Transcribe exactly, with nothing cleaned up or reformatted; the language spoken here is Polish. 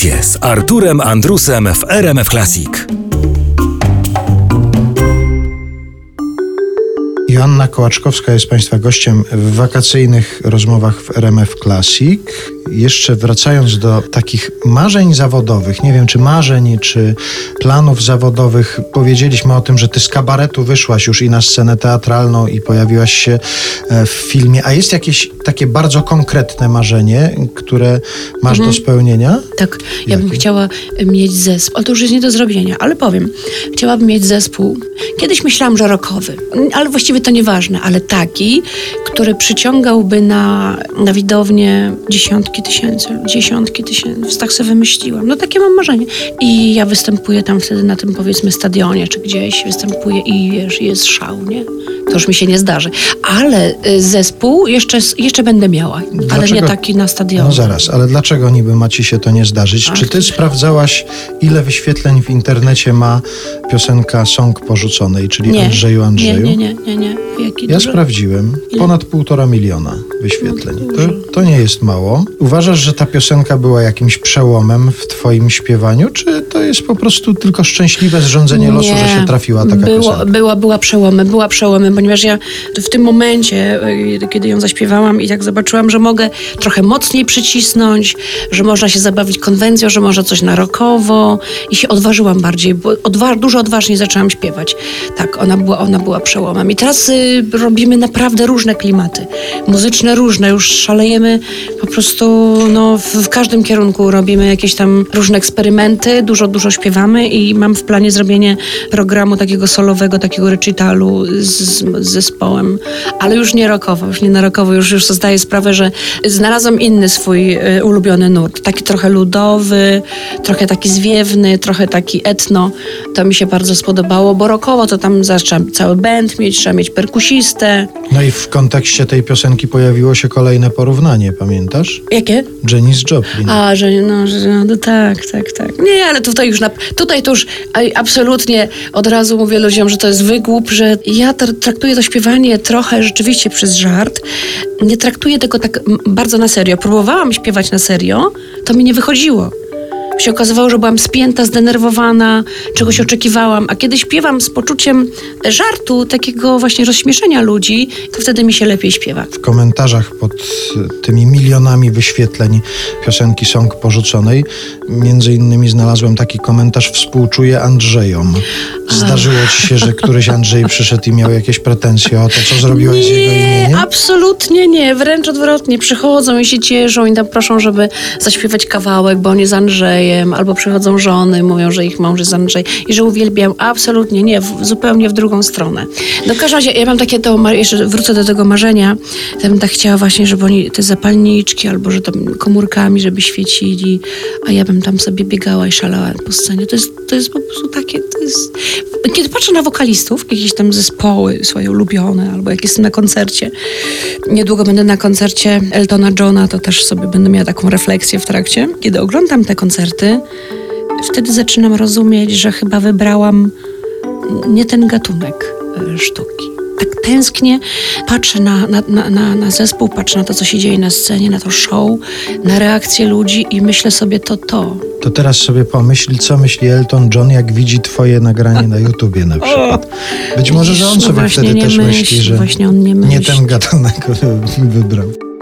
Wakacje z Arturem Andrusem w R M F Classic. Joanna Kołaczkowska jest Państwa gościem w wakacyjnych rozmowach w R M F Classic. Jeszcze wracając do takich marzeń zawodowych, nie wiem czy marzeń, czy planów zawodowych, powiedzieliśmy o tym, że Ty z kabaretu wyszłaś już i na scenę teatralną i pojawiłaś się w filmie. A jest jakieś takie bardzo konkretne marzenie, które masz mhm. do spełnienia? Tak, ja Jakie? bym chciała mieć zespół, ale to już jest nie do zrobienia, ale powiem, chciałabym mieć zespół. Kiedyś myślałam, że rockowy, ale właściwie to nieważne, ale taki, który przyciągałby na, na widownię dziesiątki tysięcy, dziesiątki tysięcy, tak sobie wymyśliłam. No takie mam marzenie. I ja występuję tam wtedy na tym, powiedzmy, stadionie, czy gdzieś występuję i wiesz, jest szał, nie? To już mi się nie zdarzy. Ale zespół jeszcze, jeszcze będę miała, dlaczego? Ale nie taki na stadionie. No zaraz, ale dlaczego niby ma ci się to nie zdarzyć? Ach, czy ty sprawdzałaś, ile wyświetleń w internecie ma piosenka Song Porzuconej, czyli nie, Andrzeju Andrzeju? Nie, nie, nie, nie. nie. Jaki ja duży? sprawdziłem. Ile? Ponad półtora miliona wyświetleń. No, to, to nie jest mało. Uważasz, że ta piosenka była jakimś przełomem w twoim śpiewaniu, czy to jest po prostu tylko szczęśliwe zrządzenie losu, nie, że się trafiła taka było, piosenka? Była, była przełomem, była przełomem, ponieważ ja w tym momencie, kiedy ją zaśpiewałam i tak zobaczyłam, że mogę trochę mocniej przycisnąć, że można się zabawić konwencją, że można coś na rockowo i się odważyłam bardziej, bo odwa- dużo odważniej zaczęłam śpiewać. Tak, ona była, ona była przełomem. I teraz y, robimy naprawdę różne klimaty, muzyczne różne, już szalejemy po prostu no, w, w każdym kierunku robimy jakieś tam różne eksperymenty, dużo, dużo śpiewamy i mam w planie zrobienie programu takiego solowego, takiego recitalu z, z zespołem, ale już nie rockowo, już nie na rockowo, już, już sobie zdaję sprawę, że znalazłam inny swój y, ulubiony nurt, taki trochę ludowy, trochę taki zwiewny, trochę taki etno. To mi się bardzo spodobało, bo rockowo to tam trzeba cały band mieć, trzeba mieć perkusistę. No i w kontekście tej piosenki pojawiło się kolejne porównanie, pamiętasz? Jakie? Janis Joplin. A, że no, że, no tak, tak, tak. Nie, ale tutaj już, na, tutaj to już absolutnie od razu mówię ludziom, że to jest wygłup, że ja traktuję to śpiewanie trochę rzeczywiście przez żart. Nie traktuję tego tak bardzo na serio. Próbowałam śpiewać na serio, to mi nie wychodziło. Się okazywało, że byłam spięta, zdenerwowana, czegoś oczekiwałam, a kiedy śpiewam z poczuciem żartu, takiego właśnie rozśmieszenia ludzi, to wtedy mi się lepiej śpiewa. W komentarzach pod tymi milionami wyświetleń piosenki Song Porzuconej między innymi znalazłem taki komentarz: współczuję Andrzejom. Zdarzyło ci się, że któryś Andrzej przyszedł i miał jakieś pretensje o to, co zrobiłeś nie, z jego imieniem? Nie, absolutnie nie. Wręcz odwrotnie. Przychodzą i się cieszą i tam proszą, żeby zaśpiewać kawałek, bo on jest Andrzejem, albo przychodzą żony, mówią, że ich mąż jest Andrzej i że uwielbiam. Absolutnie nie. W, zupełnie w drugą stronę. No w każdym razie, ja mam takie to, jeszcze wrócę do tego marzenia. Ja bym tak chciała właśnie, żeby oni te zapalniczki albo że tam komórkami, żeby świecili, a ja bym tam sobie biegała i szalała po scenie. To jest, to jest po prostu takie, to jest... Kiedy patrzę na wokalistów, jakieś tam zespoły swoje ulubione, albo jak jestem na koncercie, niedługo będę na koncercie Eltona Johna, to też sobie będę miała taką refleksję w trakcie. Kiedy oglądam te koncerty, wtedy zaczynam rozumieć, że chyba wybrałam nie ten gatunek sztuki. Tak tęsknię, patrzę na, na, na, na, na zespół, patrzę na to, co się dzieje na scenie, na to show, na reakcje ludzi i myślę sobie to to. To teraz sobie pomyśl, co myśli Elton John, jak widzi twoje nagranie na YouTubie na przykład. Być może, że on sobie wtedy też myśli, że właśnie on nie, nie ten gatunek wybrał.